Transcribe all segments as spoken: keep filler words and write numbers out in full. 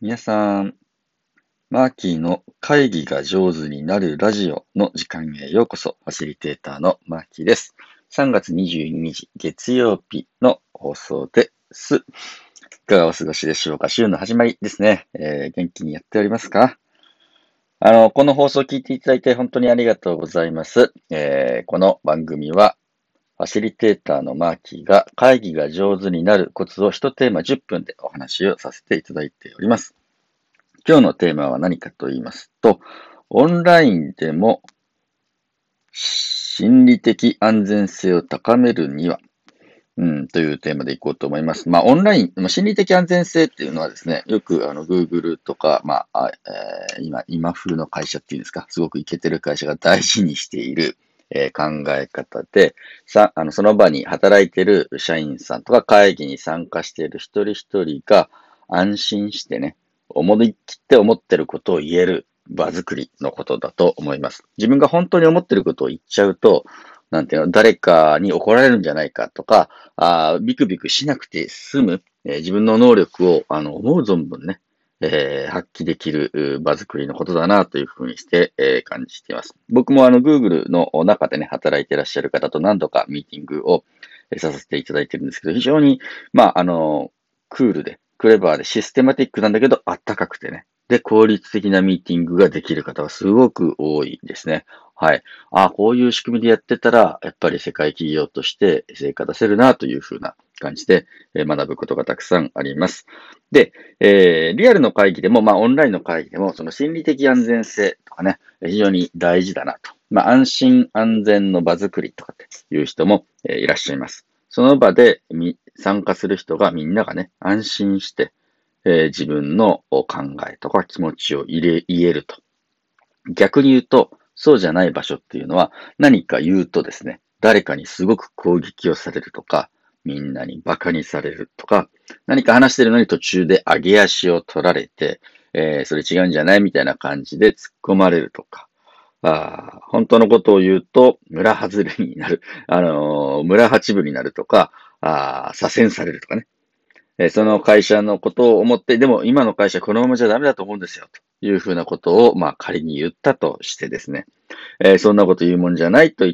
皆さん、マーキーの会議が上手になるラジオの時間へようこそ。ファシリテーターのマーキーです。さんがつにじゅうににち月曜日の放送です。いかがお過ごしでしょうか？週の始まりですね。えー元気にやっておりますか？あの、この放送を聞いていただいて本当にありがとうございます。えーこの番組はファシリテーターのマーキーが会議が上手になるコツを一テーマじゅっぷんでお話をさせていただいております。今日のテーマは何かと言いますと、オンラインでも心理的安全性を高めるには、うん、というテーマでいこうと思います。まあ、オンライン、まあ心理的安全性っていうのはですね、よくあの Google とか、まあ、あえー今、今風の会社っていうんですか、すごくイケてる会社が大事にしている、えー考え方で、さ、あの、その場に働いている社員さんとか会議に参加している一人一人が安心してね、思い切って思ってることを言える場作りのことだと思います。自分が本当に思ってることを言っちゃうと、なんていうの、誰かに怒られるんじゃないかとか、あビクビクしなくて済む、えー自分の能力を、あの、思う存分ね、えー発揮できる場作りのことだなというふうにして、えー感じています。僕もあの、Google の中でね、働いていらっしゃる方と何度かミーティングをえーさせていただいてるんですけど、非常に、まあ、あの、クールで、クレバーでシステマティックなんだけど、あったかくてね。で、効率的なミーティングができる方はすごく多いですね。はい。ああ、こういう仕組みでやってたら、やっぱり世界企業として成果出せるなというふうな感じでえー学ぶことがたくさんあります。で、えーリアルの会議でも、まあオンラインの会議でも、その心理的安全性とかね、非常に大事だなと。まあ安心安全の場作りとかっていう人もえーいらっしゃいます。その場でみ参加する人がみんながね、安心して、えー自分の考えとか気持ちを入れ、言えると。逆に言うと、そうじゃない場所っていうのは、何か言うとですね、誰かにすごく攻撃をされるとか、みんなに馬鹿にされるとか、何か話してるのに途中で上げ足を取られて、えーそれ違うんじゃないみたいな感じで突っ込まれるとか、あー本当のことを言うと、村外れになる、あのー村八分になるとか、あー左遷されるとかね。えーその会社のことを思って、でも今の会社このままじゃダメだと思うんですよ、というふうなことを、まあ仮に言ったとしてですね、えーそんなこと言うもんじゃないと言って、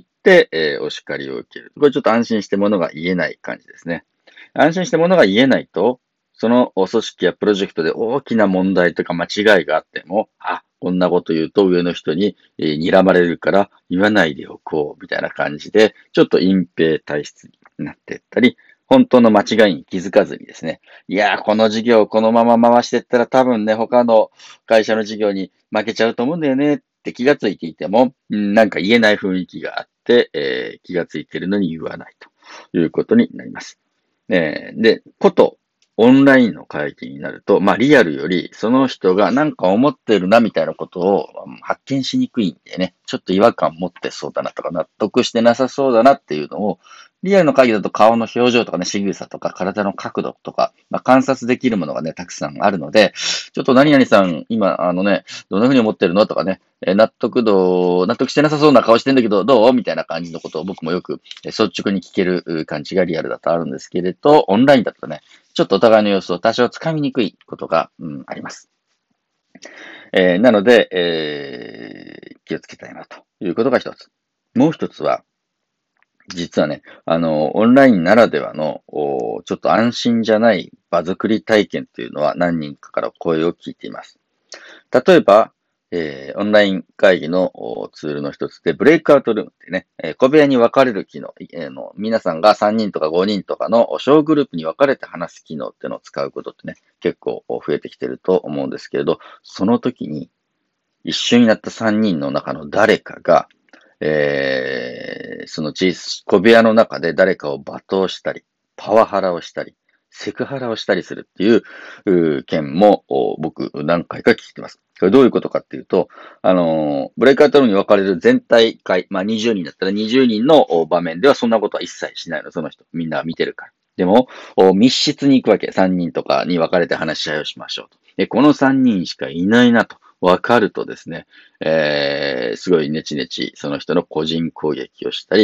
えーお叱りを受ける。これちょっと安心してものが言えない感じですね。安心してものが言えないと、その組織やプロジェクトで大きな問題とか間違いがあっても、あ、こんなこと言うと上の人に、えー睨まれるから言わないでおこう、みたいな感じで、ちょっと隠蔽体質になっていったり、本当の間違いに気づかずにですね、いやー、この事業をこのまま回していったら多分ね、他の会社の事業に負けちゃうと思うんだよねって気がついていても、んなんか言えない雰囲気があって、えー気がついているのに言わないということになります。えーで、こと、オンラインの会議になると、まあリアルよりその人がなんか思ってるなみたいなことをうん発見しにくいんでね、ちょっと違和感持ってそうだなとか納得してなさそうだなっていうのを、リアルの会議だと顔の表情とかね、仕草とか体の角度とか、まあ、観察できるものがね、たくさんあるので、ちょっと何々さん、今、あのね、どんな風に思ってるのとかね、えー納得度、納得してなさそうな顔してんだけど、どうみたいな感じのことを僕もよくえー率直に聞けるう感じがリアルだとあるんですけれど、オンラインだとね、ちょっとお互いの様子を多少つかみにくいことが、うん、あります。えーなので、えー気をつけたいなということが一つ。もう一つは、実はね、あの、オンラインならではの、おちょっと安心じゃない場作り体験というのは何人かから声を聞いています。例えば、えーオンライン会議のおツールの一つで、ブレイクアウトルームってね、えー小部屋に分かれる機能、えーの、皆さんがさんにんとかごにんとかの小グループに分かれて話す機能っていうのを使うことってね、結構増えてきてると思うんですけれど、その時に一緒になったさんにんの中の誰かが、えーその小小部屋の中で誰かを罵倒したり、パワハラをしたり、セクハラをしたりするっていううー件もお僕何回か聞いてます。これどういうことかっていうと、あのーブレイクアウトルームに分かれる全体会、まあにじゅうにんだったらにじゅうにんのお場面ではそんなことは一切しないの、その人。みんな見てるから。でも、お密室に行くわけ。さんにんとかに分かれて話し合いをしましょうと。で、このさんにんしかいないなと分かるとですね、えー、すごいネチネチその人の個人攻撃をしたり、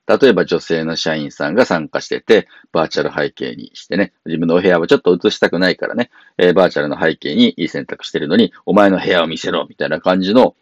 例えば女性の社員さんが参加してて、バーチャル背景にしてね、自分のお部屋をちょっと映したくないからね、えーバーチャルの背景に選択してるのに、お前の部屋を見せろみたいな感じの、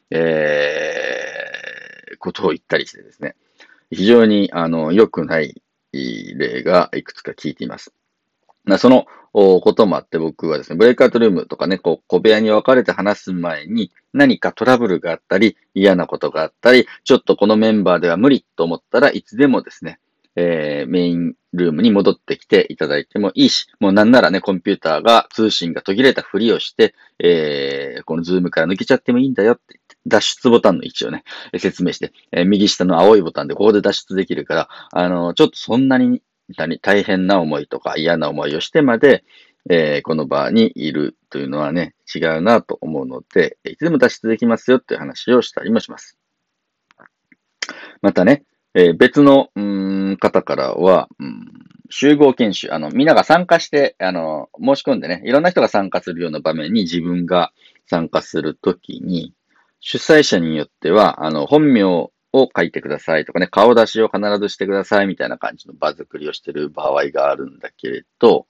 えー、ことを言ったりしてですね、非常に、あの、良くない例がいくつか聞いています。まあ、そのおこともあって僕はですね、ブレイクアウトルームとかね、こう、小部屋に分かれて話す前に何かトラブルがあったり、嫌なことがあったり、ちょっとこのメンバーでは無理と思ったらいつでもですね、えー、メインルームに戻ってきていただいてもいいし、もうなんならね、コンピューターが通信が途切れたふりをして、えー、このズームから抜けちゃってもいいんだよって言って、脱出ボタンの位置をね、説明して、えー右下の青いボタンでここで脱出できるから、あの、ちょっとそんなに大変な思いとか嫌な思いをしてまで、えーこの場にいるというのはね、違うなと思うので、いつでも脱出できますよっていう話をしたりもします。またね、えー別のうーん方からは、うん集合研修、あの、みんなが参加して、あの、申し込んでね、いろんな人が参加するような場面に自分が参加するときに、主催者によっては、あの、本名を書いてくださいとかね、顔出しを必ずしてくださいみたいな感じの場作りをしている場合があるんだけれど、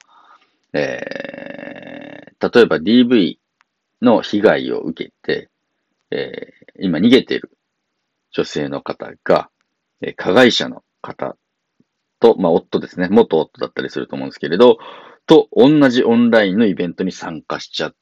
えー、例えば ディーブイ の被害を受けて、えー今逃げている女性の方が、えー加害者の方と、まあ、夫ですね。元夫だったりすると思うんですけれど、と、同じオンラインのイベントに参加しちゃって、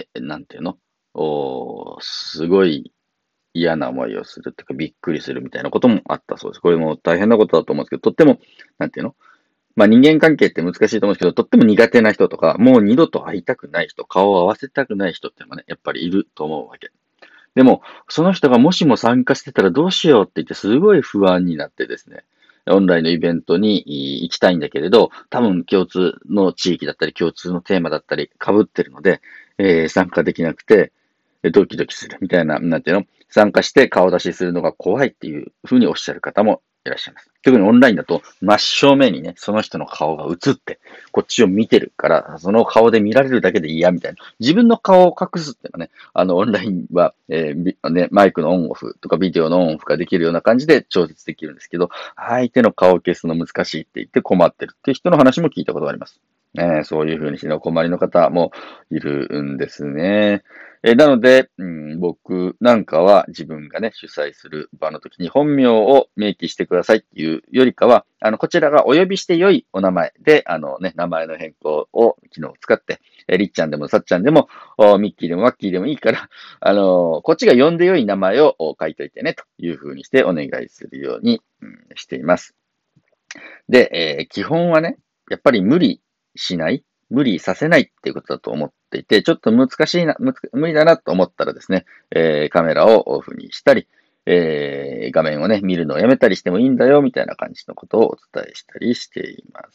なんていうのおーすごい嫌な思いをするっていうか、びっくりするみたいなこともあったそうです。これも大変なことだと思うんですけど、とっても、なんていうのまあ、人間関係って難しいと思うんですけど、とっても苦手な人とか、もう二度と会いたくない人、顔を合わせたくない人っていうのがね、やっぱりいると思うわけ。でも、その人がもしも参加してたらどうしようって言ってすごい不安になってですね、オンラインのイベントに行きたいんだけれど、多分共通の地域だったり、共通のテーマだったり、被ってるので、えー参加できなくて、ドキドキするみたいな、なんていうの参加して顔出しするのが怖いっていうふうにおっしゃる方もいらっしゃいます。特にオンラインだと真正面にね、その人の顔が映って、こっちを見てるから、その顔で見られるだけで嫌みたいな。自分の顔を隠すっていうのはね、あの、オンラインは、えーね、マイクのオンオフとかビデオのオンオフができるような感じで調節できるんですけど、相手の顔を消すの難しいって言って困ってるっていう人の話も聞いたことがあります。ね、そういうふうにしてお困りの方もいるんですね。えなので、うん、僕なんかは自分がね、主催する場の時に本名を明記してくださいっていうよりかは、あの、こちらがお呼びして良いお名前で、あのね、名前の変更を機能を使って、えりっちゃんでもさっちゃんでも、ミッキーでもワッキーでもいいから、あのこっちが呼んで良い名前を書いといてね、というふうにしてお願いするように、うん、しています。で、えー基本はね、やっぱり無理しない、無理させないっていうことだと思っていて、ちょっと難しいな、むつ無理だなと思ったらですね、えーカメラをオフにしたり、えー画面をね、見るのをやめたりしてもいいんだよ、みたいな感じのことをお伝えしたりしています。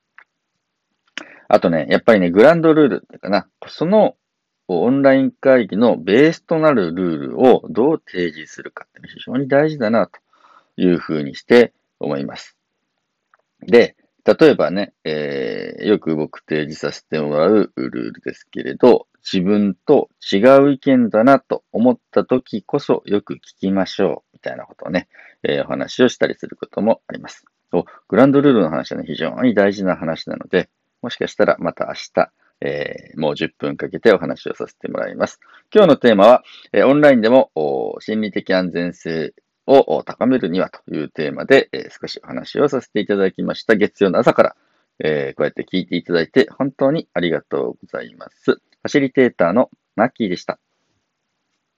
あとね、やっぱりね、グランドルールっていうかな、そのオンライン会議のベースとなるルールをどう提示するかって非常に大事だなというふうにして思います。で、例えばね、えーよく僕提示させてもらうルールですけれど、自分と違う意見だなと思った時こそよく聞きましょう、みたいなことをね、えーお話をしたりすることもあります。おグランドルールの話はね、非常に大事な話なので、もしかしたらまた明日、えーもうじゅっぷんかけてお話をさせてもらいます。今日のテーマは、えーオンラインでもお心理的安全性を高めるにはというテーマで、えー少しお話をさせていただきました。月曜の朝から、えーこうやって聞いていただいて本当にありがとうございます。ファシリテーターのマッキーでした。